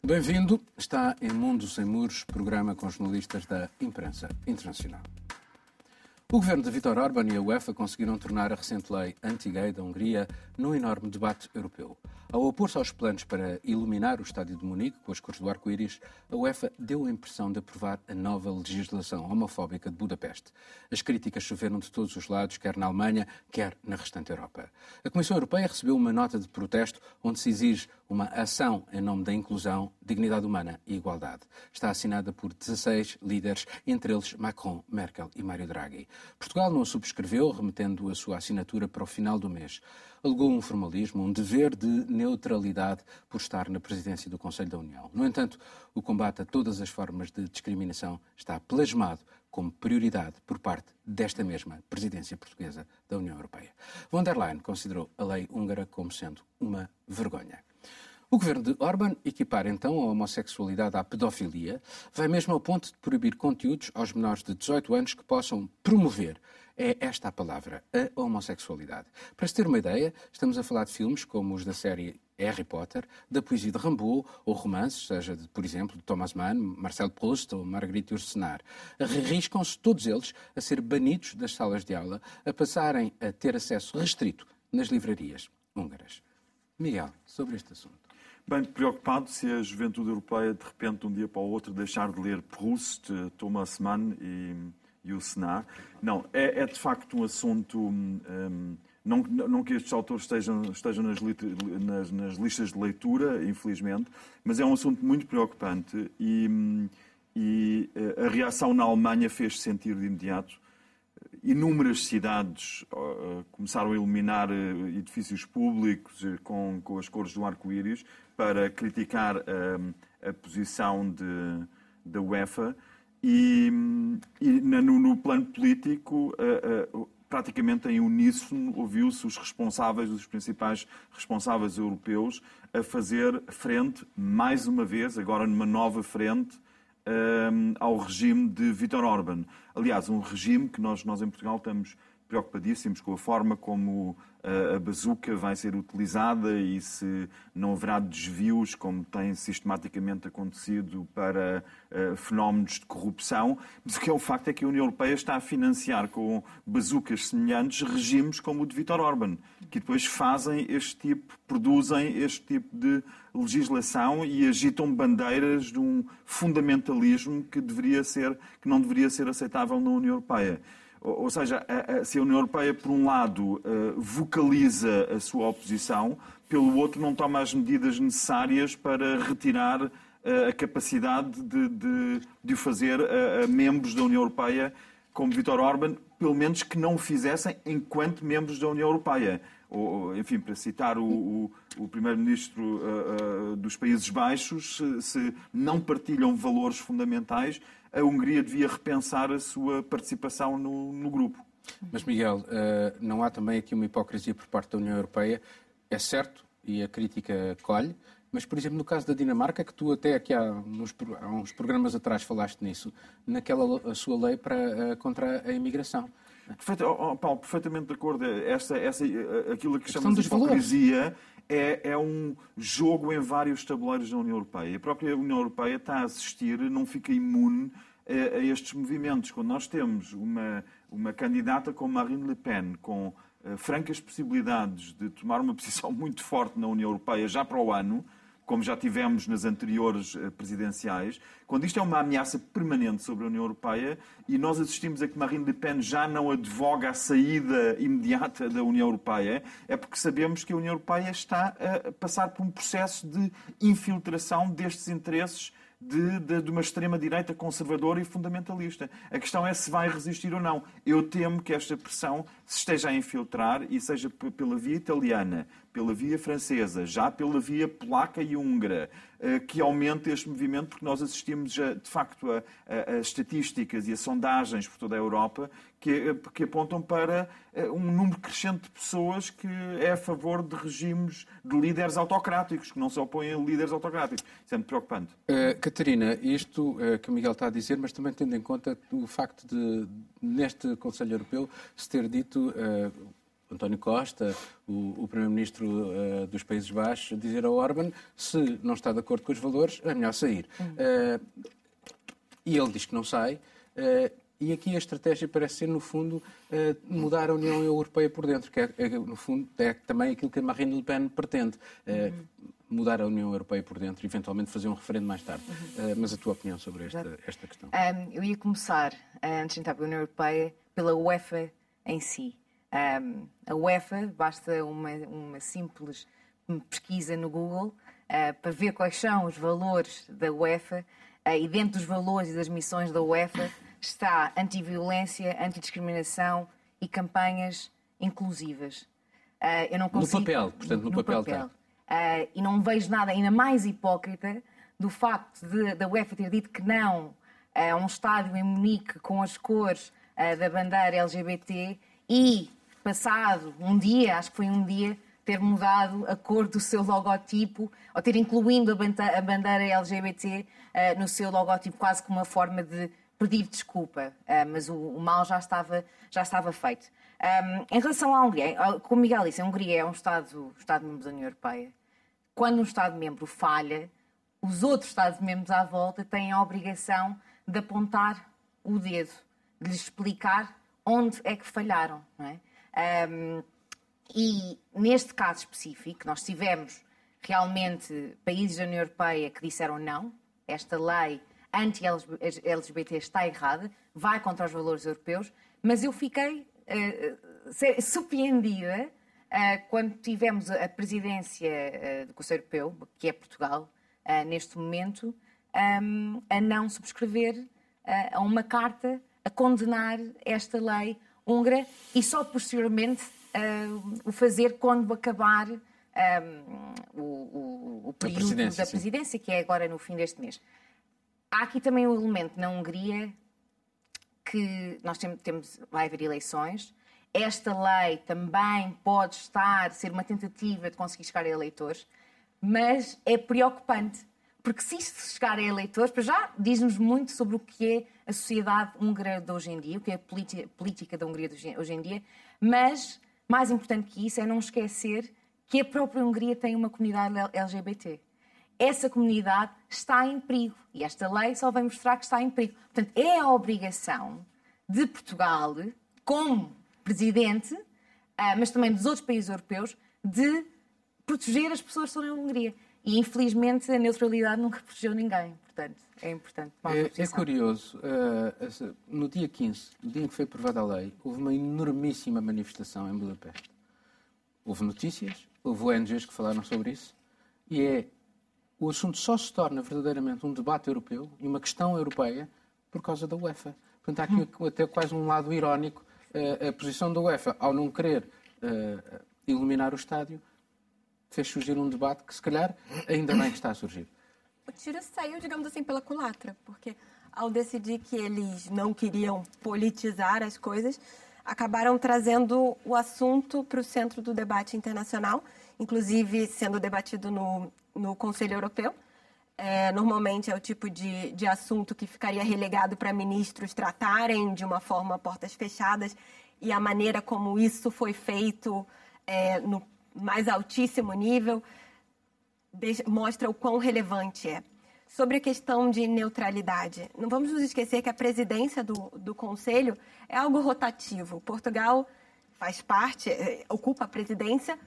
Bem-vindo. Está em Mundo Sem Muros, programa com jornalistas da imprensa internacional. O governo de Viktor Orbán e a UEFA conseguiram tornar a recente lei anti-gay da Hungria num enorme debate europeu. Ao opor-se aos planos para iluminar o estádio de Munique com as cores do arco-íris, a UEFA deu a impressão de aprovar a nova legislação homofóbica de Budapeste. As críticas choveram de todos os lados, quer na Alemanha, quer na restante Europa. A Comissão Europeia recebeu uma nota de protesto onde se exige uma ação em nome da inclusão, dignidade humana e igualdade. Está assinada por 16 líderes, entre eles Macron, Merkel e Mário Draghi. Portugal não a subscreveu, remetendo a sua assinatura para o final do mês. Alegou um formalismo, um dever de neutralidade por estar na presidência do Conselho da União. No entanto, o combate a todas as formas de discriminação está plasmado como prioridade por parte desta mesma presidência portuguesa da União Europeia. Von der Leyen considerou a lei húngara como sendo uma vergonha. O governo de Orbán equipar então a homossexualidade à pedofilia, vai mesmo ao ponto de proibir conteúdos aos menores de 18 anos que possam promover, é esta a palavra, a homossexualidade. Para se ter uma ideia, estamos a falar de filmes como os da série Harry Potter, da poesia de Rimbaud ou romances, seja, por exemplo, de Thomas Mann, Marcel Proust ou Marguerite Yourcenar. Arriscam-se todos eles a ser banidos das salas de aula, a passarem a ter acesso restrito nas livrarias húngaras. Miguel, sobre este assunto. Bem preocupado se a juventude europeia, de repente, de um dia para o outro, deixar de ler Proust, Thomas Mann e Yourcenar. Não, é de facto um assunto... Não que estes autores estejam nas listas de leitura, infelizmente, mas é um assunto muito preocupante e a reação na Alemanha fez-se sentir de imediato. Inúmeras cidades começaram a iluminar edifícios públicos com as cores do arco-íris para criticar a posição da UEFA e no plano político, praticamente em uníssono, ouviu-se os principais responsáveis europeus a fazer frente, mais uma vez, agora numa nova frente, ao regime de Viktor Orbán. Aliás, um regime que nós em Portugal estamos preocupadíssimos com a forma como a bazuca vai ser utilizada e se não haverá desvios, como tem sistematicamente acontecido, para fenómenos de corrupção. Mas o que é o facto é que a União Europeia está a financiar com bazucas semelhantes regimes como o de Viktor Orbán, que depois produzem este tipo de legislação e agitam bandeiras de um fundamentalismo que não deveria ser aceitável na União Europeia. Ou seja, se a União Europeia, por um lado, vocaliza a sua oposição, pelo outro não toma as medidas necessárias para retirar a capacidade de o fazer a membros da União Europeia, como Viktor Orbán, pelo menos que não o fizessem enquanto membros da União Europeia. Enfim, para citar o primeiro-ministro dos Países Baixos, se não partilham valores fundamentais, a Hungria devia repensar a sua participação no grupo. Mas, Miguel, não há também aqui uma hipocrisia por parte da União Europeia? É certo, e a crítica colhe, mas, por exemplo, no caso da Dinamarca, que tu até aqui há uns programas atrás falaste nisso, a sua lei contra a imigração. Paulo, perfeitamente de acordo. Aquilo que chamamos de hipocrisia é um jogo em vários tabuleiros da União Europeia. A própria União Europeia está a assistir, não fica imune a estes movimentos. Quando nós temos uma candidata como Marine Le Pen, com francas possibilidades de tomar uma posição muito forte na União Europeia já para o ano, como já tivemos nas anteriores presidenciais, quando isto é uma ameaça permanente sobre a União Europeia e nós assistimos a que Marine Le Pen já não advoga a saída imediata da União Europeia, é porque sabemos que a União Europeia está a passar por um processo de infiltração destes interesses de uma extrema-direita conservadora e fundamentalista. A questão é se vai resistir ou não. Eu temo que esta pressão se esteja a infiltrar e seja pela via italiana, pela via francesa, já pela via polaca e húngara, que aumente este movimento, porque nós assistimos, de facto, a estatísticas e a sondagens por toda a Europa que apontam para um número crescente de pessoas que é a favor de regimes de líderes autocráticos, que não se opõem a líderes autocráticos. Isso é muito preocupante. Catarina, isto que o Miguel está a dizer, mas também tendo em conta o facto de, neste Conselho Europeu, se ter dito António Costa, o primeiro-ministro dos Países Baixos, dizer ao Orbán, se não está de acordo com os valores, é melhor sair. E ele diz que não sai. E aqui a estratégia parece ser, no fundo, mudar a União Europeia por dentro, que no fundo, é também aquilo que a Marine Le Pen pretende. Mudar a União Europeia por dentro e, eventualmente, fazer um referendo mais tarde. Mas a tua opinião sobre esta questão? Eu ia começar, antes de entrar para a União Europeia, pela UEFA em si. A UEFA, basta uma simples pesquisa no Google para ver quais são os valores da UEFA, e dentro dos valores e das missões da UEFA está anti-violência, antidiscriminação e campanhas inclusivas. Eu não consigo... No papel, portanto, no papel. Está. E não vejo nada ainda mais hipócrita do facto da UEFA ter dito que não a um estádio em Munique com as cores da bandeira LGBT e, passado um dia, acho que foi um dia, ter mudado a cor do seu logotipo, ou ter incluído a bandeira LGBT no seu logotipo, quase como uma forma de pedir desculpa. Mas o mal já estava feito. Em relação à Hungria, como Miguel disse, a Hungria é um Estado-membro da União Europeia. Quando um Estado-membro falha, os outros Estados-membros à volta têm a obrigação de apontar o dedo, de lhes explicar onde é que falharam. Não é? E neste caso específico, nós tivemos realmente países da União Europeia que disseram não, esta lei anti-LGBT está errada, vai contra os valores europeus, mas eu fiquei surpreendida quando tivemos a presidência do Conselho Europeu, que é Portugal, neste momento, a não subscrever a uma carta a condenar esta lei húngara e só posteriormente o fazer quando acabar o período da presidência, que é agora no fim deste mês. Há aqui também um elemento na Hungria que nós vai haver eleições. Esta lei também pode ser uma tentativa de conseguir chegar a eleitores, mas é preocupante, porque se isto chegar a eleitores, para já diz-nos muito sobre o que é a sociedade húngara de hoje em dia, o que é a política da Hungria de hoje em dia, mas mais importante que isso é não esquecer que a própria Hungria tem uma comunidade LGBT. Essa comunidade está em perigo e esta lei só vai mostrar que está em perigo. Portanto, é a obrigação de Portugal, como presidente, mas também dos outros países europeus, de proteger as pessoas que estão na Hungria. E, infelizmente, a neutralidade nunca protegeu ninguém. Portanto, é importante tomar uma posição. É curioso. No dia 15, no dia em que foi aprovada a lei, houve uma enormíssima manifestação em Budapeste. Houve notícias, houve ONGs que falaram sobre isso, e o assunto só se torna verdadeiramente um debate europeu e uma questão europeia por causa da UEFA. Portanto, há aqui até quase um lado irónico. A posição da UEFA, ao não querer iluminar o estádio, fez surgir um debate que, se calhar, ainda bem que está a surgir. O tiro saiu, digamos assim, pela culatra, porque ao decidir que eles não queriam politizar as coisas, acabaram trazendo o assunto para o centro do debate internacional, inclusive sendo debatido no Conselho Europeu. Normalmente é o tipo de assunto que ficaria relegado para ministros tratarem de uma forma portas fechadas, e a maneira como isso foi feito no mais altíssimo nível mostra o quão relevante é. Sobre a questão de neutralidade, não vamos nos esquecer que a presidência do Conselho é algo rotativo. Portugal faz parte, ocupa a presidência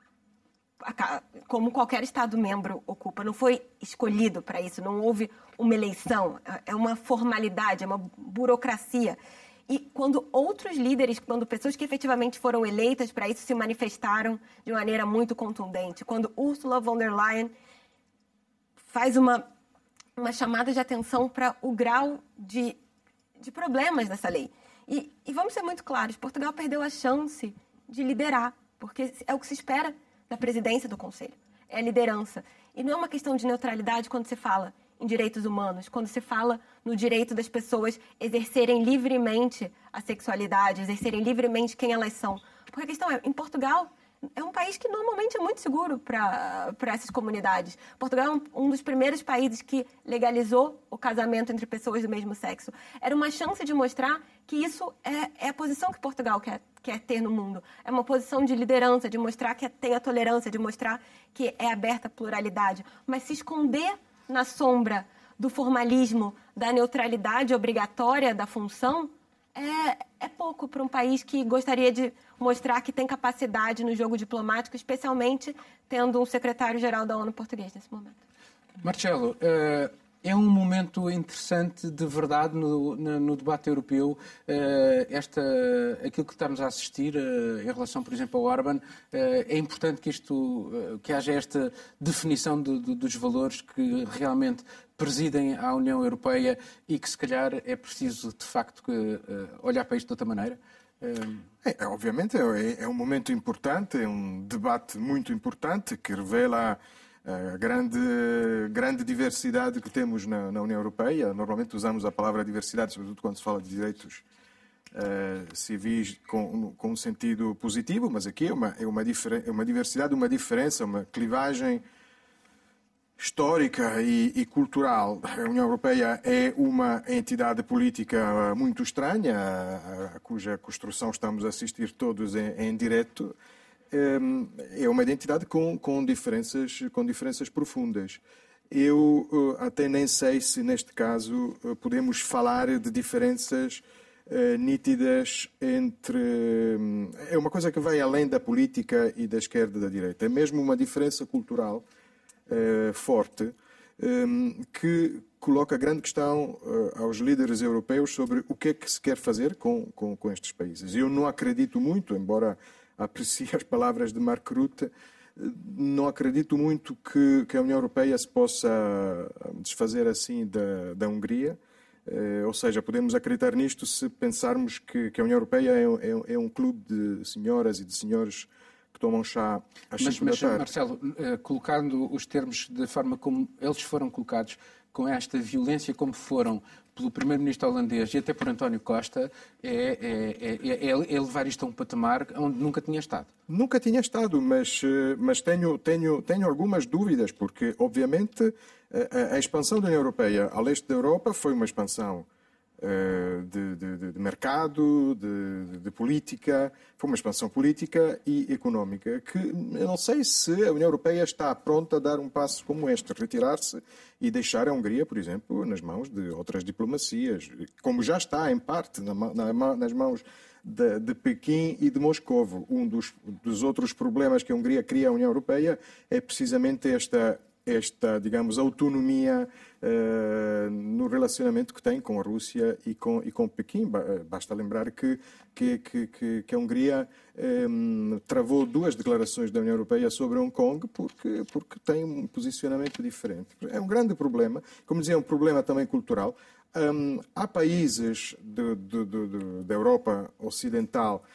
como qualquer Estado-membro ocupa. Não foi escolhido para isso, não houve uma eleição. É uma formalidade, é uma burocracia. E quando outros líderes, quando pessoas que efetivamente foram eleitas para isso se manifestaram de maneira muito contundente, quando Ursula von der Leyen faz uma chamada de atenção para o grau de problemas dessa lei. E vamos ser muito claros, Portugal perdeu a chance de liderar, porque é o que se espera da presidência do Conselho, é a liderança. E não é uma questão de neutralidade quando se fala em direitos humanos, quando se fala no direito das pessoas exercerem livremente a sexualidade, exercerem livremente quem elas são. Porque a questão em Portugal é um país que normalmente é muito seguro para essas comunidades. Portugal é um dos primeiros países que legalizou o casamento entre pessoas do mesmo sexo. Era uma chance de mostrar que isso é a posição que Portugal quer ter no mundo. É uma posição de liderança, de mostrar que tem a tolerância, de mostrar que é aberta à pluralidade. Mas se esconder na sombra do formalismo, da neutralidade obrigatória da função, é pouco para um país que gostaria de mostrar que tem capacidade no jogo diplomático, especialmente tendo um secretário-geral da ONU português nesse momento. Marcelo, é um momento interessante de verdade no debate europeu. Aquilo que estamos a assistir em relação, por exemplo, ao Orbán, é importante que haja esta definição dos valores que realmente presidem à União Europeia e que, se calhar, é preciso, de facto, olhar para isto de outra maneira. Obviamente, é um momento importante, é um debate muito importante que revela a grande diversidade que temos na União Europeia. Normalmente usamos a palavra diversidade, sobretudo quando se fala de direitos civis com um sentido positivo, mas aqui é uma diversidade, uma diferença, uma clivagem histórica e cultural. A União Europeia é uma entidade política muito estranha, a cuja construção estamos a assistir todos em direto. É uma identidade com diferenças profundas. Eu até nem sei se, neste caso, podemos falar de diferenças nítidas entre... É uma coisa que vai além da política e da esquerda e da direita. É mesmo uma diferença cultural forte que coloca a grande questão aos líderes europeus sobre o que é que se quer fazer com estes países. Eu não acredito muito, embora aprecie as palavras de Mark Rutte, não acredito muito que a União Europeia se possa desfazer assim da Hungria. Ou seja, podemos acreditar nisto se pensarmos que a União Europeia é um clube de senhoras e de senhores que tomam chá às 5 da tarde. Marcelo, colocando os termos da forma como eles foram colocados, com esta violência como foram pelo primeiro-ministro holandês e até por António Costa, é levar isto a um patamar onde nunca tinha estado. Nunca tinha estado, mas tenho algumas dúvidas, porque, obviamente, a expansão da União Europeia a leste da Europa foi uma expansão de mercado, de política, foi uma expansão política e económica que eu não sei se a União Europeia está pronta a dar um passo como este, retirar-se e deixar a Hungria, por exemplo, nas mãos de outras diplomacias, como já está, em parte, nas mãos de Pequim e de Moscovo. Um dos outros problemas que a Hungria cria à União Europeia é precisamente esta, digamos, autonomia no relacionamento que tem com a Rússia e com Pequim. Basta lembrar que a Hungria travou 2 declarações da União Europeia sobre Hong Kong porque tem um posicionamento diferente. É um grande problema, como dizia, é um problema também cultural. Há países da Europa Ocidental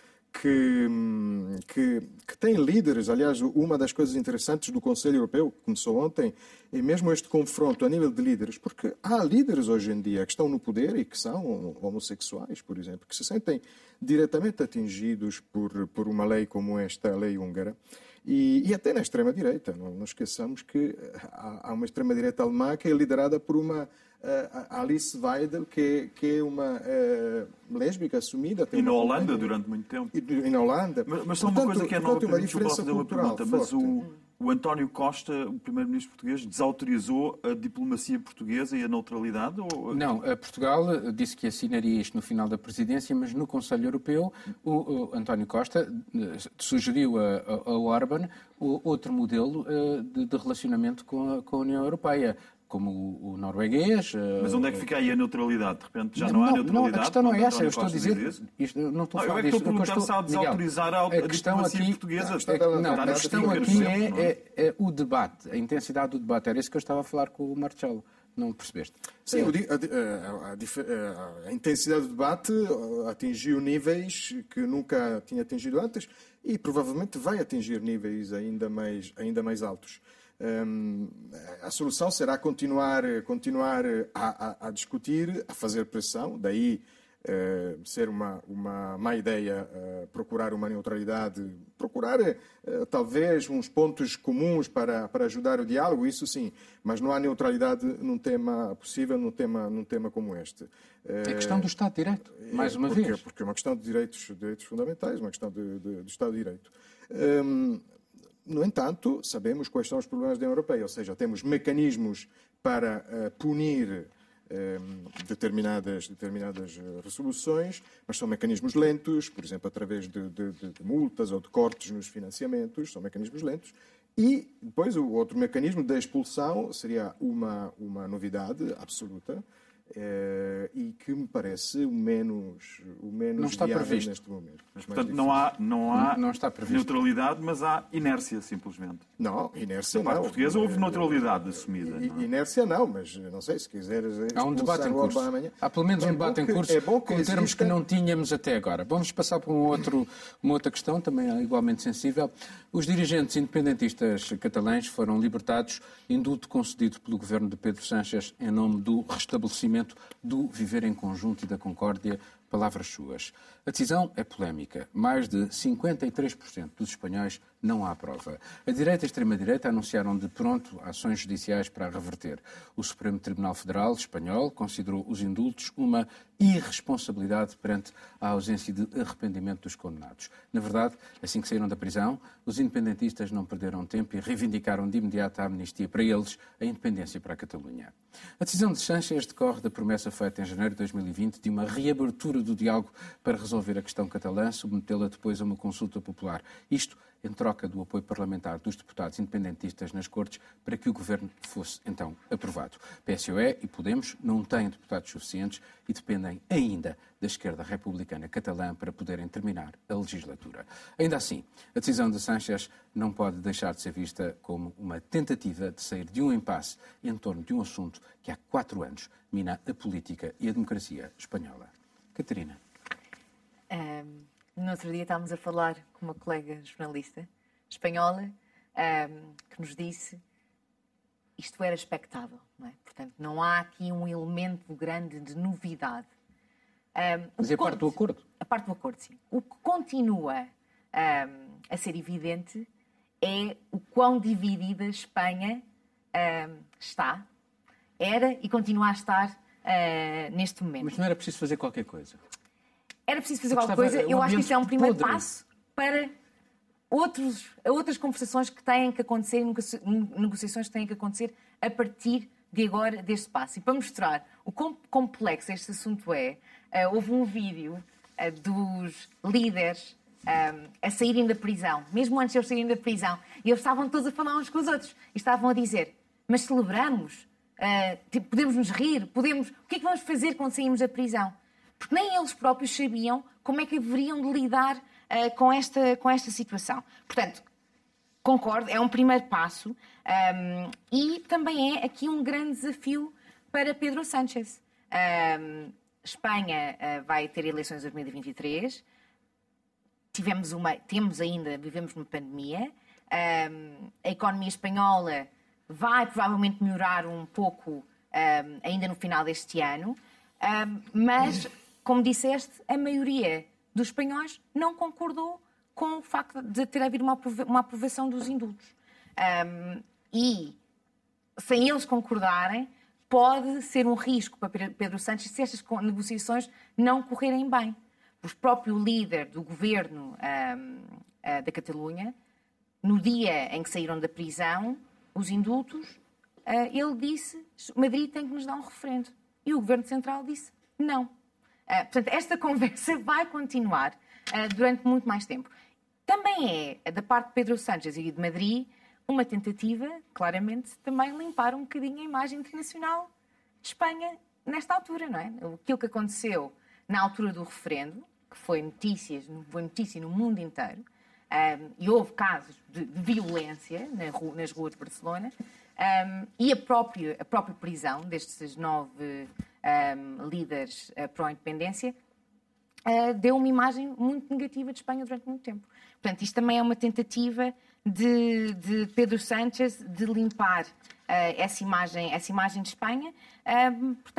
que têm líderes. Aliás, uma das coisas interessantes do Conselho Europeu, que começou ontem, é mesmo este confronto a nível de líderes, porque há líderes hoje em dia que estão no poder e que são homossexuais, por exemplo, que se sentem diretamente atingidos por uma lei como esta, a lei húngara. E até na extrema-direita. Não esqueçamos que há uma extrema-direita alemã que é liderada por uma Alice Weidel, que é uma lésbica assumida. E na Holanda, durante muito tempo. E na Holanda. Mas só uma coisa que é nova, uma diferença cultural forte. Mas o António Costa, o primeiro-ministro português, desautorizou a diplomacia portuguesa e a neutralidade? Ou... Não, Portugal disse que assinaria isto no final da presidência, mas no Conselho Europeu o António Costa sugeriu ao Orbán outro modelo de relacionamento com a União Europeia, como o norueguês. Mas onde é que fica aí a neutralidade? De repente já não há neutralidade? Não, a questão não é essa. Eu estou a dizer... Não estou a falar disso. Eu estou a perguntar se há a desautorizar a diplomacia portuguesa. A questão aqui é o debate, a intensidade do debate. Era isso que eu estava a falar com o Marcelo. Não percebeste? Sim, a intensidade do debate atingiu níveis que nunca tinha atingido antes e provavelmente vai atingir níveis ainda mais altos. A solução será continuar a discutir, a fazer pressão, daí ser uma má ideia procurar uma neutralidade, procurar talvez uns pontos comuns para ajudar o diálogo, isso sim, mas não há neutralidade num tema possível, num tema como este. É a questão do Estado de Direito, mais uma vez. Porque é uma questão de direitos fundamentais, uma questão de Estado de Direito. No entanto, sabemos quais são os problemas da União Europeia, ou seja, temos mecanismos para punir determinadas resoluções, mas são mecanismos lentos, por exemplo, através de multas ou de cortes nos financiamentos, são mecanismos lentos. E depois o outro mecanismo da expulsão seria uma novidade absoluta, e que me parece o menos não está viável previsto neste momento. Mas, portanto, não há está previsto neutralidade, mas há inércia, simplesmente. Não, inércia Na parte não. portuguesa houve neutralidade assumida. Não é? Inércia não, mas não sei, se quiseres há um debate em curso. amanhã. Há pelo menos um debate em curso com termos que não tínhamos até agora. Vamos passar para uma outra questão, também igualmente sensível. Os dirigentes independentistas catalães foram libertados, indulto concedido pelo governo de Pedro Sánchez em nome do restabelecimento do viver em conjunto e da concórdia, palavras suas. A decisão é polémica. Mais de 53% dos espanhóis não a aprova. A direita e a extrema-direita anunciaram de pronto ações judiciais para a reverter. O Supremo Tribunal Federal espanhol considerou os indultos uma irresponsabilidade perante a ausência de arrependimento dos condenados. Na verdade, assim que saíram da prisão, os independentistas não perderam tempo e reivindicaram de imediato a amnistia para eles, a independência para a Catalunha. A decisão de Sánchez decorre da promessa feita em janeiro de 2020 de uma reabertura do diálogo para resolver a questão catalã, submetê-la depois a uma consulta popular. Isto em troca do apoio parlamentar dos deputados independentistas nas Cortes para que o governo fosse, então, aprovado. PSOE e Podemos não têm deputados suficientes e dependem ainda da esquerda republicana catalã para poderem terminar a legislatura. Ainda assim, a decisão de Sánchez não pode deixar de ser vista como uma tentativa de sair de um impasse em torno de um assunto que há 4 anos mina a política e a democracia espanhola. Catarina. No outro dia estávamos a falar com uma colega jornalista espanhola que nos disse isto era expectável, não é? Portanto, não há aqui um elemento grande de novidade. Mas é a parte do acordo? A parte do acordo, sim. O que continua a ser evidente é o quão dividida a Espanha era e continua a estar neste momento. Mas não era preciso fazer qualquer coisa? Era preciso fazer qualquer coisa. Eu acho que isso é um primeiro passo para outras conversações que têm que acontecer, negociações que têm que acontecer a partir de agora, deste passo. E para mostrar o quão complexo este assunto houve um vídeo dos líderes a saírem da prisão, mesmo antes de eles saírem da prisão, e eles estavam todos a falar uns com os outros e estavam a dizer, mas celebramos, podemos nos rir, o que é que vamos fazer quando saímos da prisão? Porque nem eles próprios sabiam como é que haveriam de lidar com esta situação. Portanto, concordo, é um primeiro passo e também é aqui um grande desafio para Pedro Sánchez. Espanha vai ter eleições em 2023, vivemos numa pandemia, a economia espanhola vai provavelmente melhorar um pouco ainda no final deste ano, mas, como disseste, a maioria dos espanhóis não concordou com o facto de ter havido uma aprovação dos indultos. E, sem eles concordarem, pode ser um risco para Pedro Sánchez se estas negociações não correrem bem. O próprio líder do governo da Catalunha, no dia em que saíram da prisão, os indultos, ele disse que Madrid tem que nos dar um referendo. E o Governo Central disse não. Portanto, esta conversa vai continuar durante muito mais tempo. Também é, da parte de Pedro Sánchez e de Madrid, uma tentativa, claramente, também limpar um bocadinho a imagem internacional de Espanha nesta altura, não é? Aquilo que aconteceu na altura do referendo, que foi notícia no mundo inteiro, e houve casos de violência nas ruas de Barcelona, e a própria prisão destes 9 líderes pró-independência deu uma imagem muito negativa de Espanha durante muito tempo. Portanto, isto também é uma tentativa de Pedro Sánchez de limpar essa imagem de Espanha. Portanto,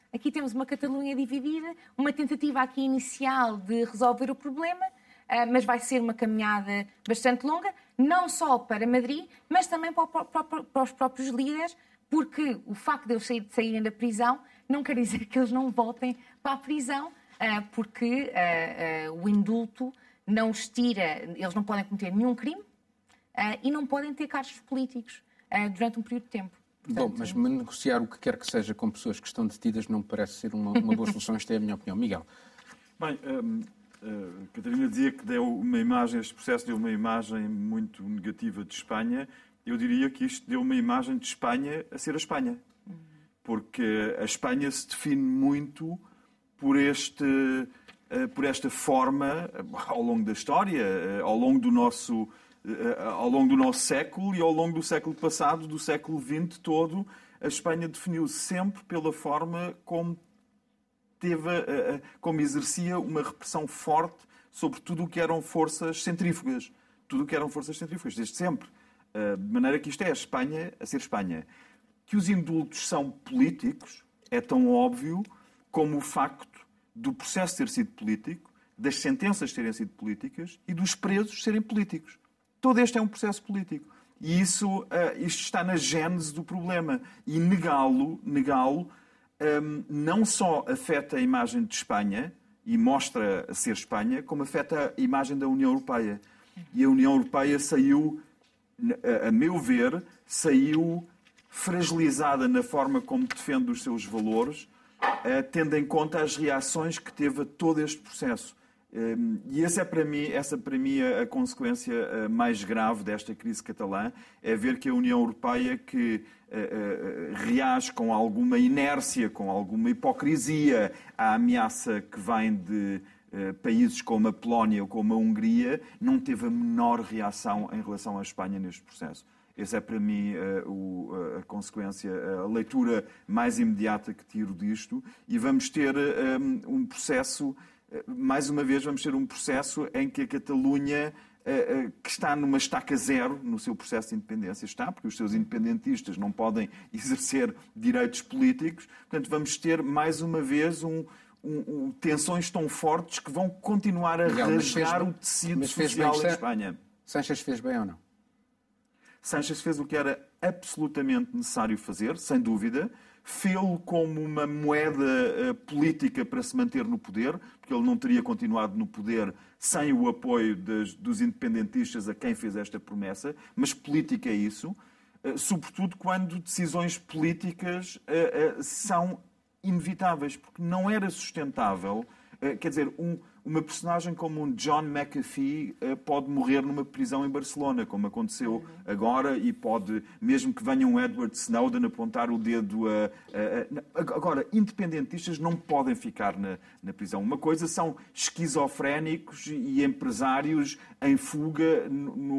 aqui temos uma Catalunha dividida, uma tentativa aqui inicial de resolver o problema, mas vai ser uma caminhada bastante longa, não só para Madrid, mas também para os próprios líderes, porque o facto de eles saírem da prisão não quer dizer que eles não voltem para a prisão, porque o indulto não os tira, eles não podem cometer nenhum crime e não podem ter cargos políticos durante um período de tempo. Portanto, bom, mas negociar o que quer que seja com pessoas que estão detidas não me parece ser uma boa solução. Esta é a minha opinião. Miguel. Bem, Catarina dizia que este processo deu uma imagem muito negativa de Espanha. Eu diria que isto deu uma imagem de Espanha a ser a Espanha. Porque a Espanha se define muito por esta forma, ao longo da história, ao longo do nosso século e ao longo do século passado, do século XX todo, a Espanha definiu-se sempre pela forma como exercia uma repressão forte sobre tudo o que eram forças centrífugas. Tudo o que eram forças centrífugas, desde sempre. De maneira que isto é a Espanha a ser Espanha. Que os indultos são políticos é tão óbvio como o facto do processo ter sido político, das sentenças terem sido políticas e dos presos serem políticos. Todo este é um processo político. E isto está na gênese do problema. E negá-lo não só afeta a imagem de Espanha e mostra ser Espanha, como afeta a imagem da União Europeia. E a União Europeia saiu, a meu ver, fragilizada na forma como defende os seus valores, tendo em conta as reações que teve a todo este processo. E essa para mim a consequência mais grave desta crise catalã, é ver que a União Europeia, que reage com alguma inércia, com alguma hipocrisia à ameaça que vem de países como a Polónia ou como a Hungria, não teve a menor reação em relação à Espanha neste processo. Essa é, para mim, a consequência, a leitura mais imediata que tiro disto. E vamos ter um processo, mais uma vez, em que a Catalunha, que está numa estaca zero no seu processo de independência, porque os seus independentistas não podem exercer direitos políticos. Portanto, vamos ter, mais uma vez, tensões tão fortes que vão continuar a rasgar o tecido social em Espanha. Sánchez fez bem ou não? Sánchez fez o que era absolutamente necessário fazer, sem dúvida. Fê-lo como uma moeda política para se manter no poder, porque ele não teria continuado no poder sem o apoio dos independentistas a quem fez esta promessa. Mas política é isso, sobretudo quando decisões políticas são inevitáveis, porque não era sustentável. Quer dizer, uma personagem como um John McAfee pode morrer numa prisão em Barcelona, como aconteceu agora, e pode, mesmo que venha um Edward Snowden, apontar o dedo Agora, independentistas não podem ficar na prisão. Uma coisa são esquizofrénicos e empresários em fuga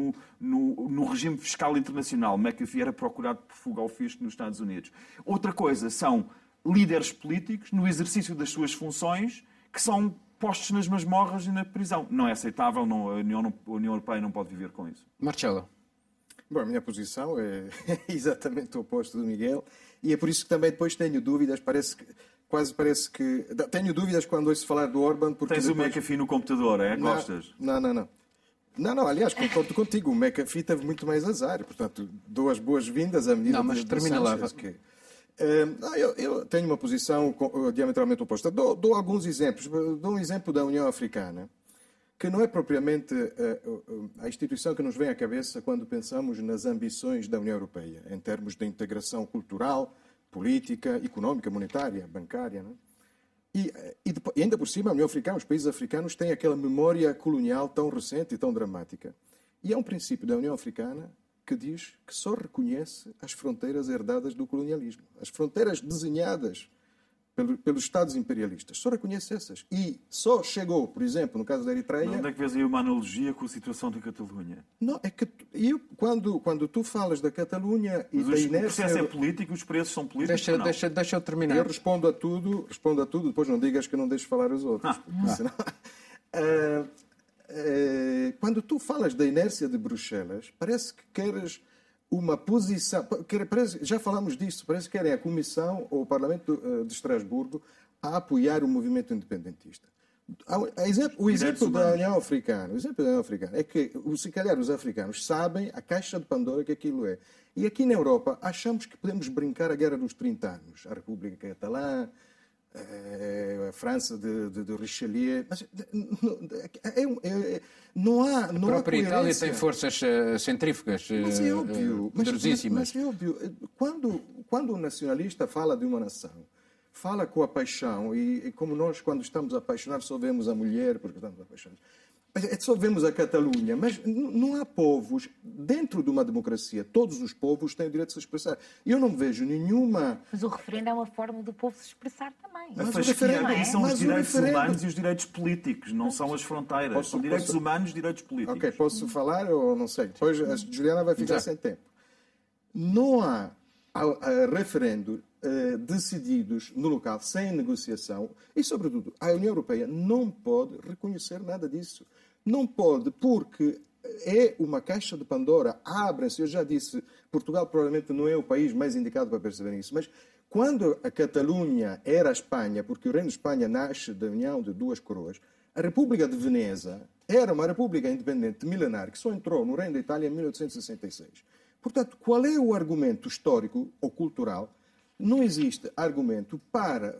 no regime fiscal internacional. McAfee era procurado por fuga ao fisco nos Estados Unidos. Outra coisa são líderes políticos, no exercício das suas funções, que são postos nas masmorras e na prisão. Não é aceitável, a União Europeia não pode viver com isso. Marcelo. Bom, a minha posição é exatamente o oposto do Miguel, e é por isso que também depois tenho dúvidas, quase parece que... Tenho dúvidas quando ouço falar do Orbán, porque... Tens depois... o McAfee no computador, é? Gostas? Não, aliás, concordo contigo, o McAfee teve muito mais azar, portanto, dou as boas-vindas à medida mas termina lá. Eu tenho uma posição diametralmente oposta. Dou alguns exemplos. Dou um exemplo da União Africana, que não é propriamente a instituição que nos vem à cabeça quando pensamos nas ambições da União Europeia, em termos de integração cultural, política, económica, monetária, bancária. Não é? E ainda por cima, a União Africana, os países africanos têm aquela memória colonial tão recente e tão dramática. E há um princípio da União Africana que diz que só reconhece as fronteiras herdadas do colonialismo. As fronteiras desenhadas pelos Estados imperialistas. Só reconhece essas. E só chegou, por exemplo, no caso da Eritreia... Onde é que vês aí uma analogia com a situação da Catalunha? Não, é que quando tu falas da Catalunha e da inércia... O processo é político, os preços são políticos, Deixa eu terminar. Eu respondo a tudo, depois não digas que não deixes falar os outros. Senão... quando tu falas da inércia de Bruxelas, parece que queres uma posição... Já falamos disso, parece que querem a Comissão ou o Parlamento de Estrasburgo a apoiar o movimento independentista. O exemplo da União Africana é que, se calhar, os africanos sabem a caixa de Pandora que aquilo é. E aqui na Europa achamos que podemos brincar a Guerra dos 30 anos. A República Catalã, a França de Richelieu. Mas não há A própria Itália tem forças centrífugas poderosíssimas. Mas é óbvio. Quando o nacionalista fala de uma nação, fala com a paixão, e como nós, quando estamos apaixonados, só vemos a mulher, porque estamos apaixonados. Só vemos a Catalunha, mas não há povos, dentro de uma democracia, todos os povos têm o direito de se expressar. Eu não vejo nenhuma... Mas o referendo é uma forma do povo se expressar também. A fasquia são os direitos humanos e os direitos políticos, não são as fronteiras. São direitos humanos e direitos políticos. Ok, posso falar ou não sei? Depois a Juliana vai ficar sem tempo. Não há referendo decididos no local, sem negociação, e, sobretudo, a União Europeia não pode reconhecer nada disso. Não pode, porque é uma caixa de Pandora. Abrem-se, eu já disse, Portugal provavelmente não é o país mais indicado para perceber isso, mas quando a Catalunha era a Espanha, porque o Reino de Espanha nasce da união de duas coroas, a República de Veneza era uma república independente milenar que só entrou no Reino da Itália em 1866. Portanto, qual é o argumento histórico ou cultural? Não existe argumento para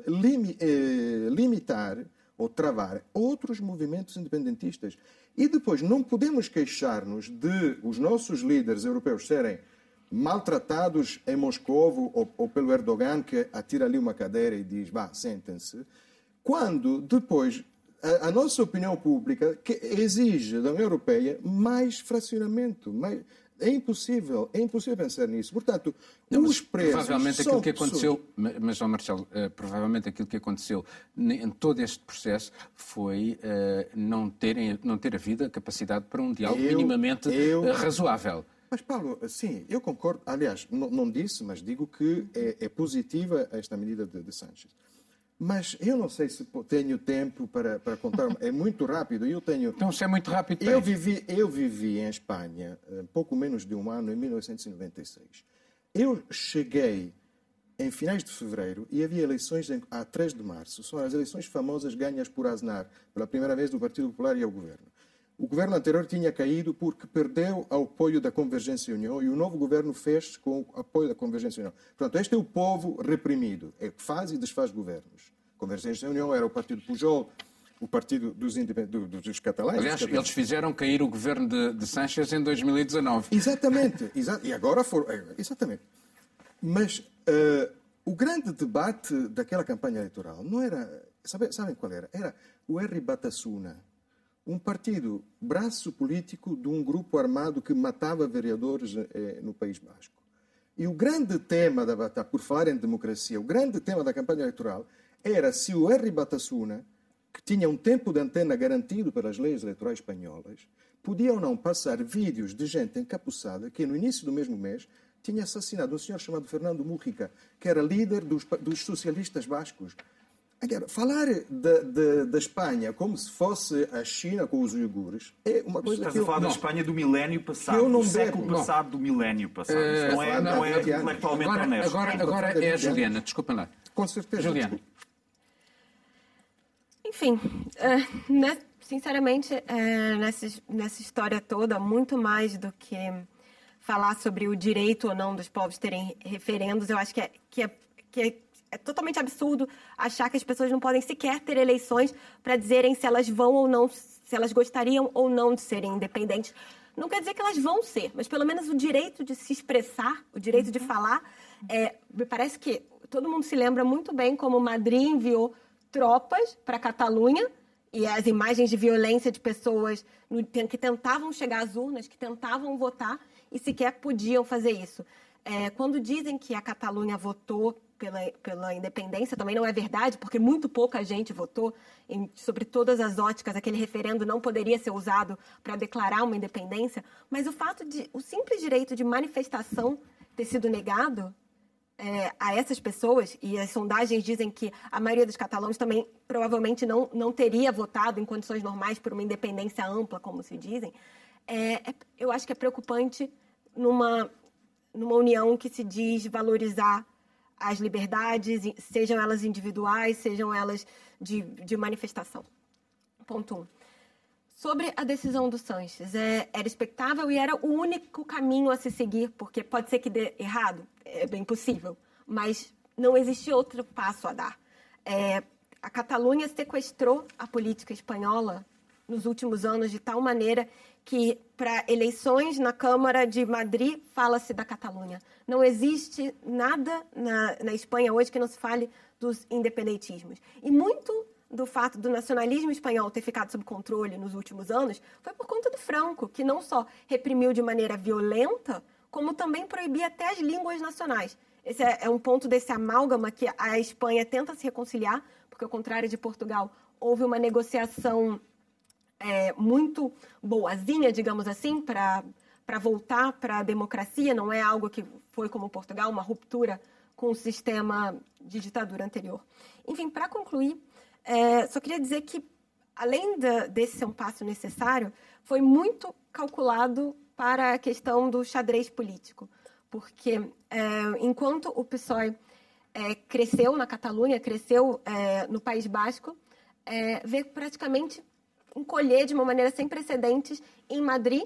limitar ou travar outros movimentos independentistas. E depois, não podemos queixar-nos de os nossos líderes europeus serem maltratados em Moscovo ou pelo Erdogan, que atira ali uma cadeira e diz, vá, sentem-se, quando depois a nossa opinião pública que exige da União Europeia mais fracionamento, É impossível pensar nisso. Portanto, os preços provavelmente aquilo que aconteceu, mas, João Marcelo, provavelmente aquilo que aconteceu em todo este processo foi não ter havido a capacidade para um diálogo minimamente razoável. Mas, Paulo, sim, eu concordo. Aliás, não disse, mas digo que é positiva esta medida de Sánchez. Mas eu não sei se tenho tempo para contar. É muito rápido. Então, se é muito rápido... Eu vivi em Espanha pouco menos de um ano, em 1996. Eu cheguei em finais de fevereiro e havia eleições a 3 de março. São as eleições famosas ganhas por Aznar, pela primeira vez do Partido Popular e ao governo. O governo anterior tinha caído porque perdeu o apoio da Convergência e União e o novo governo fez com o apoio da Convergência e União. Portanto, este é o povo reprimido, é que faz e desfaz governos. Convergência e União era o partido Pujol, o partido dos catalães. Aliás, eles fizeram cair o governo de Sánchez em 2019. Exatamente. E agora foram... Exatamente. Mas o grande debate daquela campanha eleitoral não era... Sabem qual era? Era o R. Batasuna, um partido, braço político de um grupo armado que matava vereadores no País Basco. E o grande tema por falar em democracia, o grande tema da campanha eleitoral era se o R. Batasuna, que tinha um tempo de antena garantido pelas leis eleitorais espanholas, podia ou não passar vídeos de gente encapuçada que, no início do mesmo mês, tinha assassinado um senhor chamado Fernando Mújica, que era líder dos socialistas bascos. Agora, falar da Espanha como se fosse a China com os uigures é uma coisa que eu... Estás a falar da Espanha do milénio passado, do século passado, do milénio passado. Não é intelectualmente honesto. Agora é a Juliana, desculpa lá. Com certeza. Juliana. Enfim, sinceramente, nessa história toda, muito mais do que falar sobre o direito ou não dos povos terem referendos, eu acho que é totalmente absurdo achar que as pessoas não podem sequer ter eleições para dizerem se elas vão ou não, se elas gostariam ou não de serem independentes. Não quer dizer que elas vão ser, mas pelo menos o direito de se expressar, o direito de falar. Me parece que todo mundo se lembra muito bem como Madrid enviou tropas para a Catalunha e as imagens de violência de pessoas que tentavam chegar às urnas, que tentavam votar e sequer podiam fazer isso. Quando dizem que a Catalunha votou pela independência, também não é verdade, porque muito pouca gente votou. Sobre todas as óticas, aquele referendo não poderia ser usado para declarar uma independência, mas o simples direito de manifestação ter sido negado a essas pessoas, e as sondagens dizem que a maioria dos catalãos também provavelmente não teria votado em condições normais por uma independência ampla, como se dizem, eu acho que é preocupante numa união que se diz valorizar as liberdades, sejam elas individuais, sejam elas de manifestação. Ponto 1. Sobre a decisão do Sanches, era expectável e era o único caminho a se seguir, porque pode ser que dê errado, é bem possível, mas não existe outro passo a dar. A Catalunha sequestrou a política espanhola nos últimos anos de tal maneira que, para eleições na Câmara de Madrid, fala-se da Catalunha. Não existe nada na Espanha hoje que não se fale dos independentismos. E muito do fato do nacionalismo espanhol ter ficado sob controle nos últimos anos foi por conta do Franco, que não só reprimiu de maneira violenta, como também proibia até as línguas nacionais. Esse é um ponto desse amálgama que a Espanha tenta se reconciliar, porque, ao contrário de Portugal, houve uma negociação muito boazinha, digamos assim, para voltar para a democracia. Não é algo que foi como Portugal, uma ruptura com o sistema de ditadura anterior. Enfim, para concluir, só queria dizer que, além desse ser um passo necessário, foi muito calculado para a questão do xadrez político, porque enquanto o PSOE cresceu na Catalunha, cresceu no País Basco, veio praticamente encolher de uma maneira sem precedentes em Madrid,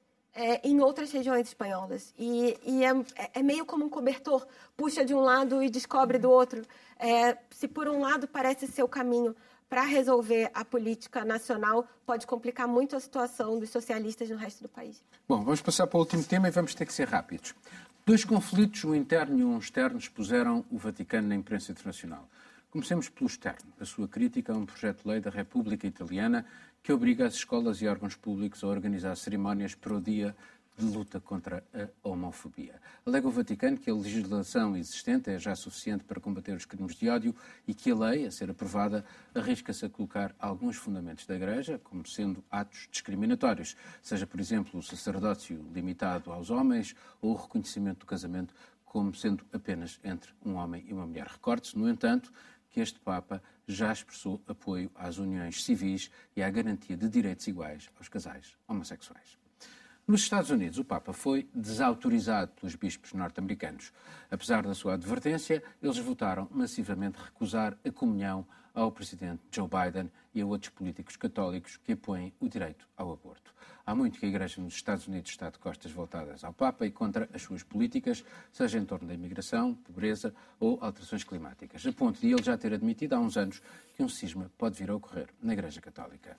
em outras regiões espanholas. E é meio como um cobertor, puxa de um lado e descobre do outro. Se por um lado parece ser o caminho para resolver a política nacional, pode complicar muito a situação dos socialistas no resto do país. Bom, vamos passar para o último tema e vamos ter que ser rápidos. 2 conflitos, um interno e um externo, expuseram o Vaticano na imprensa internacional. Comecemos pelo externo, a sua crítica a um projeto de lei da República Italiana que obriga as escolas e órgãos públicos a organizar cerimónias para o dia de luta contra a homofobia. Alega o Vaticano que a legislação existente é já suficiente para combater os crimes de ódio e que a lei, a ser aprovada, arrisca-se a colocar alguns fundamentos da Igreja como sendo atos discriminatórios, seja, por exemplo, o sacerdócio limitado aos homens ou o reconhecimento do casamento como sendo apenas entre um homem e uma mulher. Recorde-se, no entanto, que este Papa já expressou apoio às uniões civis e à garantia de direitos iguais aos casais homossexuais. Nos Estados Unidos, o Papa foi desautorizado pelos bispos norte-americanos. Apesar da sua advertência, eles votaram massivamente recusar a comunhão ao presidente Joe Biden e a outros políticos católicos que apoiem o direito ao aborto. Há muito que a Igreja nos Estados Unidos está de costas voltadas ao Papa e contra as suas políticas, seja em torno da imigração, pobreza ou alterações climáticas, a ponto de ele já ter admitido há uns anos que um cisma pode vir a ocorrer na Igreja Católica.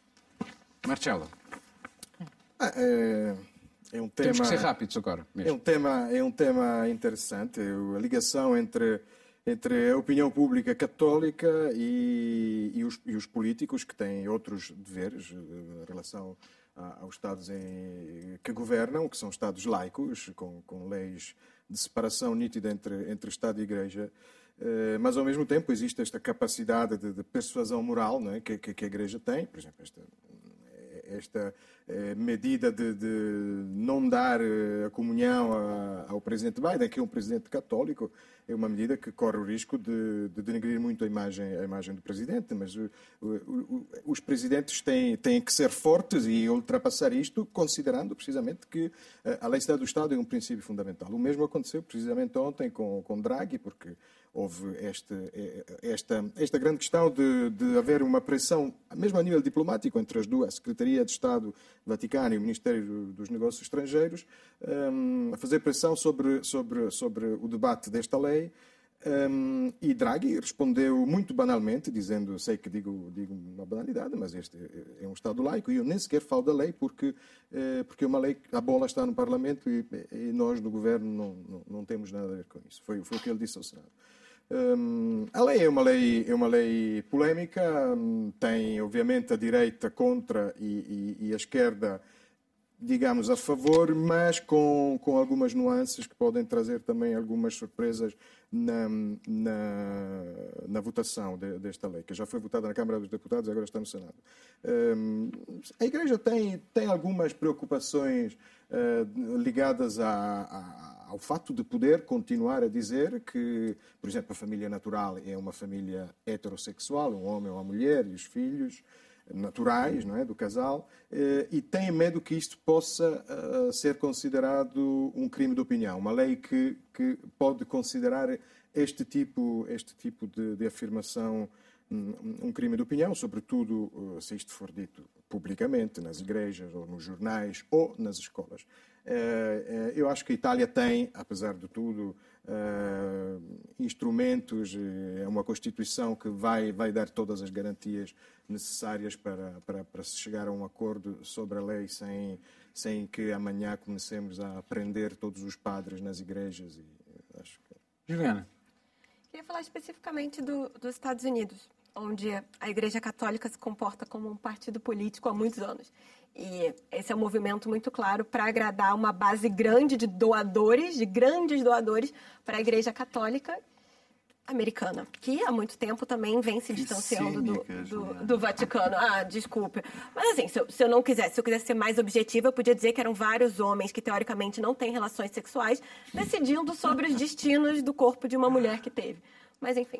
Marcelo. É um tema, temos que ser rápidos agora mesmo. É um tema interessante, a ligação entre a opinião pública católica e os políticos que têm outros deveres em relação aos Estados que governam, que são Estados laicos, com leis de separação nítida entre Estado e Igreja. Mas, ao mesmo tempo, existe esta capacidade de persuasão moral, não é? que a Igreja tem, por exemplo, esta medida de não dar a comunhão ao presidente Biden, que é um presidente católico, é uma medida que corre o risco de denegrir muito a imagem do presidente, mas os presidentes têm que ser fortes e ultrapassar isto, considerando precisamente que a laicidade do Estado é um princípio fundamental. O mesmo aconteceu precisamente ontem com Draghi, porque houve esta grande questão de haver uma pressão, mesmo a nível diplomático, entre as duas, a Secretaria de Estado Vaticano e o Ministério dos Negócios Estrangeiros, a fazer pressão sobre o debate desta lei. E Draghi respondeu muito banalmente, dizendo, sei que digo uma banalidade, mas este é um Estado laico e eu nem sequer falo da lei porque é uma lei, a bola está no Parlamento e nós do Governo não temos nada a ver com isso. Foi o que ele disse ao Senado. A lei é uma lei polémica, tem obviamente a direita contra e a esquerda, digamos, a favor, mas com algumas nuances que podem trazer também algumas surpresas na votação desta lei, que já foi votada na Câmara dos Deputados e agora está no Senado. A Igreja tem algumas preocupações ligadas ao fato de poder continuar a dizer que, por exemplo, a família natural é uma família heterossexual, um homem ou uma mulher e os filhos. naturais, não é, do casal, e têm medo que isto possa ser considerado um crime de opinião, uma lei que pode considerar este tipo de afirmação um crime de opinião, sobretudo se isto for dito publicamente, nas igrejas, ou nos jornais, ou nas escolas. Eu acho que a Itália tem, apesar de tudo, instrumentos, é uma Constituição que vai dar todas as garantias necessárias para se chegar a um acordo sobre a lei sem que amanhã comecemos a prender todos os padres nas igrejas. E acho que... Juliana. Queria falar especificamente dos Estados Unidos, onde a Igreja Católica se comporta como um partido político há muitos anos. E esse é um movimento muito claro para agradar uma base grande de doadores, de grandes doadores, para a Igreja Católica americana, que há muito tempo também vem se distanciando do Vaticano. Desculpe. Mas assim, se eu quisesse ser mais objetiva, eu podia dizer que eram vários homens que teoricamente não têm relações sexuais decidindo sobre os destinos do corpo de uma mulher que teve. Mas enfim,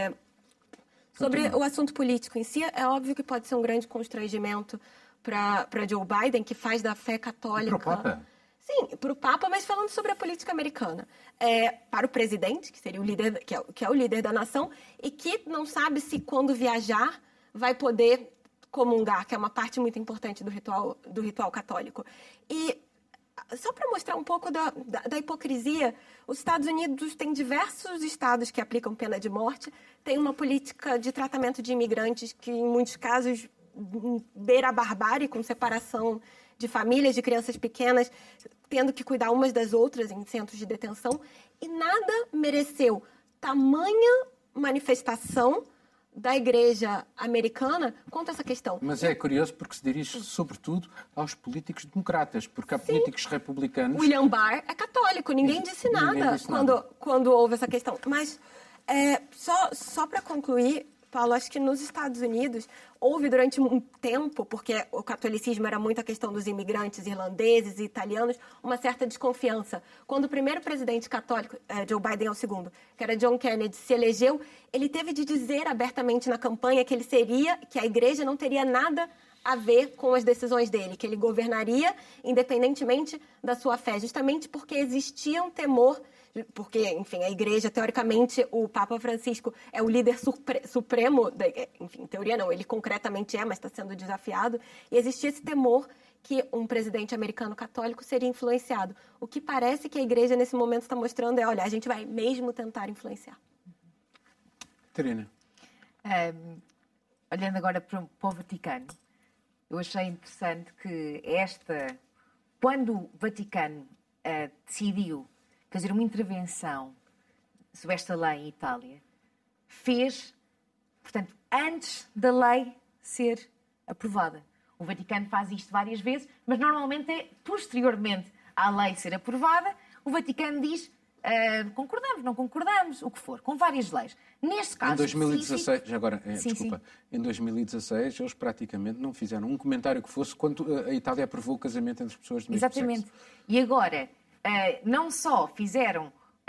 sobre o assunto político em si, é óbvio que pode ser um grande constrangimento para Joe Biden, que faz da fé católica... E para o Papa? Sim, para o Papa, mas falando sobre a política americana. Para o presidente, que seria o líder, que é o líder da nação, e que não sabe se quando viajar vai poder comungar, que é uma parte muito importante do ritual católico. E só para mostrar um pouco da hipocrisia, os Estados Unidos têm diversos estados que aplicam pena de morte, tem uma política de tratamento de imigrantes que, em muitos casos, beira a barbárie, com separação de famílias, de crianças pequenas, tendo que cuidar umas das outras em centros de detenção, e nada mereceu tamanha manifestação da Igreja americana quanto a essa questão. Mas é curioso porque se dirige sobretudo aos políticos democratas, porque há políticos republicanos... William Barr é católico, ninguém disse nada quando houve essa questão. Mas, só para concluir, Paulo, acho que nos Estados Unidos houve durante um tempo, porque o catolicismo era muito a questão dos imigrantes irlandeses e italianos, uma certa desconfiança. Quando o primeiro presidente católico, Joe Biden é o segundo, que era John Kennedy, se elegeu, ele teve de dizer abertamente na campanha que que a igreja não teria nada a ver com as decisões dele, que ele governaria independentemente da sua fé, justamente porque existia um temor. Porque, enfim, a igreja, teoricamente, o Papa Francisco é o líder supremo, enfim, em teoria não, ele concretamente mas está sendo desafiado, e existia esse temor que um presidente americano católico seria influenciado. O que parece que a igreja, nesse momento, está mostrando olha, a gente vai mesmo tentar influenciar. Terina. Olhando agora para o Vaticano, eu achei interessante que quando o Vaticano decidiu fazer uma intervenção sobre esta lei em Itália, fez, portanto, antes da lei ser aprovada. O Vaticano faz isto várias vezes, mas normalmente é posteriormente à lei ser aprovada, o Vaticano diz concordamos, não concordamos, o que for, com várias leis. Neste caso... Em 2016, específico... já agora, desculpa, em 2016 eles praticamente não fizeram um comentário que fosse quando a Itália aprovou o casamento entre pessoas do mesmo Exatamente. sexo. E agora... não só fizeram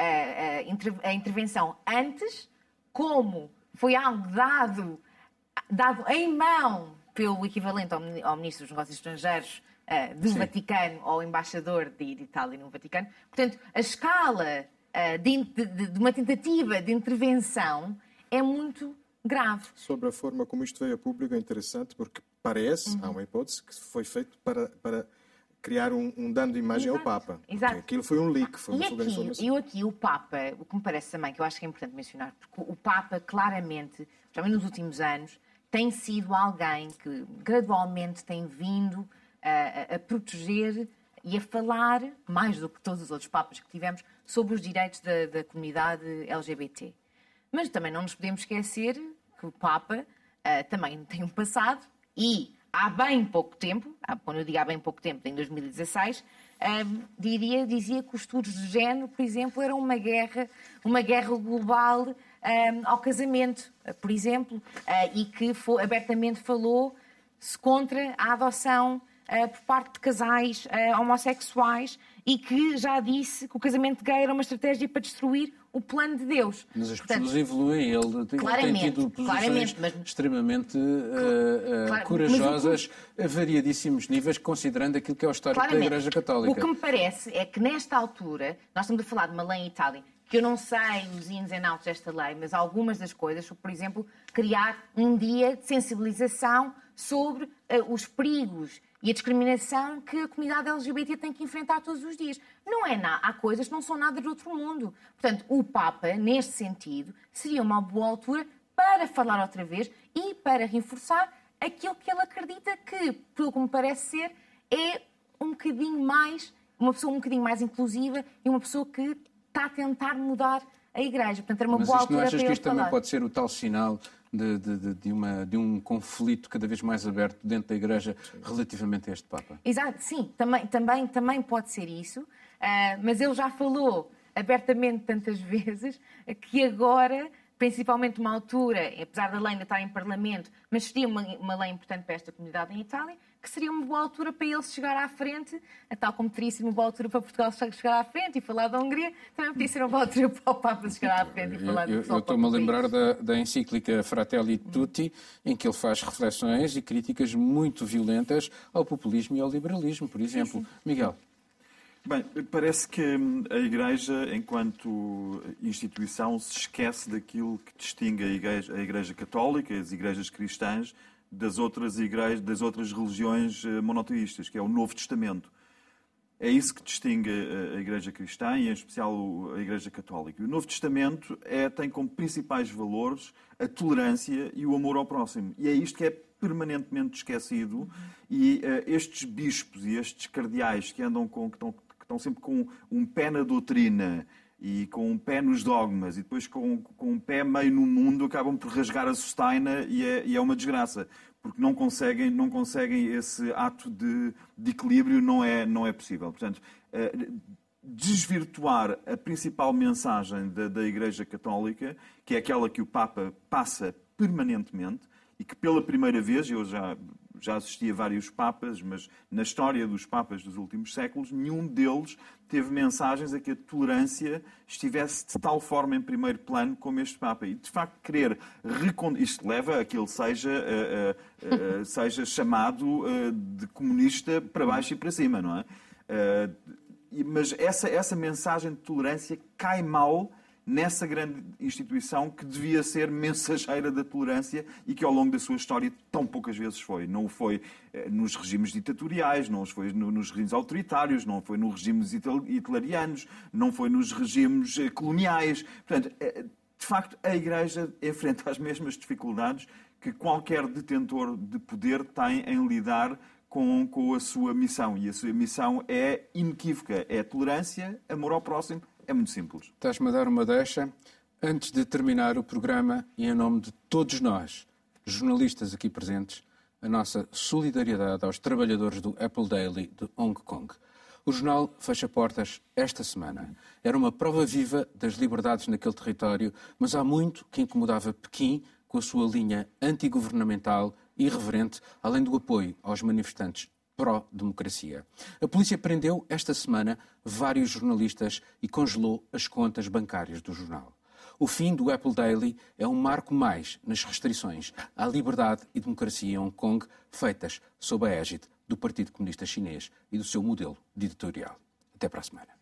a intervenção antes, como foi algo dado em mão pelo equivalente ao Ministro dos Negócios Estrangeiros do Vaticano, ou embaixador de Itália no Vaticano. Portanto, a escala de uma tentativa de intervenção é muito grave. Sobre a forma como isto veio a público é interessante, porque parece, há uma hipótese, que foi feito para criar um dano de imagem ao Papa. Exato. Aquilo foi um leak, foi uma fuga de informação. E aqui o Papa, o que me parece também, que eu acho que é importante mencionar, porque o Papa claramente, também nos últimos anos, tem sido alguém que gradualmente tem vindo a proteger e a falar, mais do que todos os outros Papas que tivemos, sobre os direitos da comunidade LGBT. Mas também não nos podemos esquecer que o Papa também tem um passado e há bem pouco tempo, quando eu digo há bem pouco tempo, em 2016, dizia que os estudos de género, por exemplo, eram uma guerra global ao casamento, por exemplo, e que abertamente falou-se contra a adoção por parte de casais homossexuais e que já disse que o casamento gay era uma estratégia para destruir o plano de Deus. Mas as pessoas evoluem, ele tem tido posições extremamente corajosas a variadíssimos níveis, considerando aquilo que é o histórico da Igreja Católica. O que me parece é que nesta altura, nós estamos a falar de uma lei em Itália, que eu não sei os ins e outs desta lei, mas algumas das coisas, por exemplo, criar um dia de sensibilização sobre os perigos e a discriminação que a comunidade LGBT tem que enfrentar todos os dias. Não é nada, há coisas que não são nada de outro mundo. Portanto, o Papa, neste sentido, seria uma boa altura para falar outra vez e para reforçar aquilo que ele acredita que, pelo que me parece ser, é uma pessoa um bocadinho mais inclusiva e uma pessoa que está a tentar mudar a Igreja. Portanto, era uma boa altura para ele falar. Mas não achas que isto também pode ser o tal sinal de um conflito cada vez mais aberto dentro da Igreja relativamente a este Papa? Exato, sim, também pode ser isso, mas ele já falou abertamente tantas vezes que agora, principalmente numa altura, apesar da lei ainda estar em Parlamento, mas seria uma lei importante para esta comunidade em Itália, que seria uma boa altura para ele chegar à frente, tal como teria sido uma boa altura para Portugal chegar à frente e falar da Hungria, também podia ser uma boa altura para o Papa chegar à frente e falar do Eu estou-me a lembrar da encíclica Fratelli Tutti, em que ele faz reflexões e críticas muito violentas ao populismo e ao liberalismo, por exemplo. Sim. Miguel. Bem, parece que a Igreja, enquanto instituição, se esquece daquilo que distingue a Igreja Católica, as igrejas cristãs, das outras religiões monoteístas, que é o Novo Testamento. É isso que distingue a Igreja cristã e, em especial, a Igreja Católica. O Novo Testamento tem como principais valores a tolerância e o amor ao próximo. E é isto que é permanentemente esquecido. E estes bispos e estes cardeais que estão sempre com um pé na doutrina e com um pé nos dogmas e depois com um pé meio no mundo, acabam por rasgar a sostaina e é uma desgraça, porque não conseguem esse ato de equilíbrio, não é possível. Portanto, desvirtuar a principal mensagem da Igreja Católica, que é aquela que o Papa passa permanentemente e que pela primeira vez, eu já assisti a vários papas, mas na história dos papas dos últimos séculos, nenhum deles teve mensagens a que a tolerância estivesse de tal forma em primeiro plano como este Papa. E, de facto, querer isto leva a que ele seja chamado de comunista para baixo e para cima, não é? Mas essa mensagem de tolerância cai mal nessa grande instituição que devia ser mensageira da tolerância e que ao longo da sua história tão poucas vezes foi. Não foi nos regimes ditatoriais, não foi nos regimes autoritários, não foi nos regimes hitlerianos, não foi nos regimes coloniais. Portanto, de facto, a Igreja enfrenta as mesmas dificuldades que qualquer detentor de poder tem em lidar com a sua missão. E a sua missão é inequívoca. É tolerância, amor ao próximo. É muito simples. Estás-me a dar uma deixa. Antes de terminar o programa, e em nome de todos nós, jornalistas aqui presentes, a nossa solidariedade aos trabalhadores do Apple Daily de Hong Kong. O jornal fecha portas esta semana. Era uma prova viva das liberdades naquele território, mas há muito que incomodava Pequim com a sua linha antigovernamental e irreverente, além do apoio aos manifestantes pró-democracia. A polícia prendeu esta semana vários jornalistas e congelou as contas bancárias do jornal. O fim do Apple Daily é um marco mais nas restrições à liberdade e democracia em Hong Kong feitas sob a égide do Partido Comunista Chinês e do seu modelo ditatorial. Até para a semana.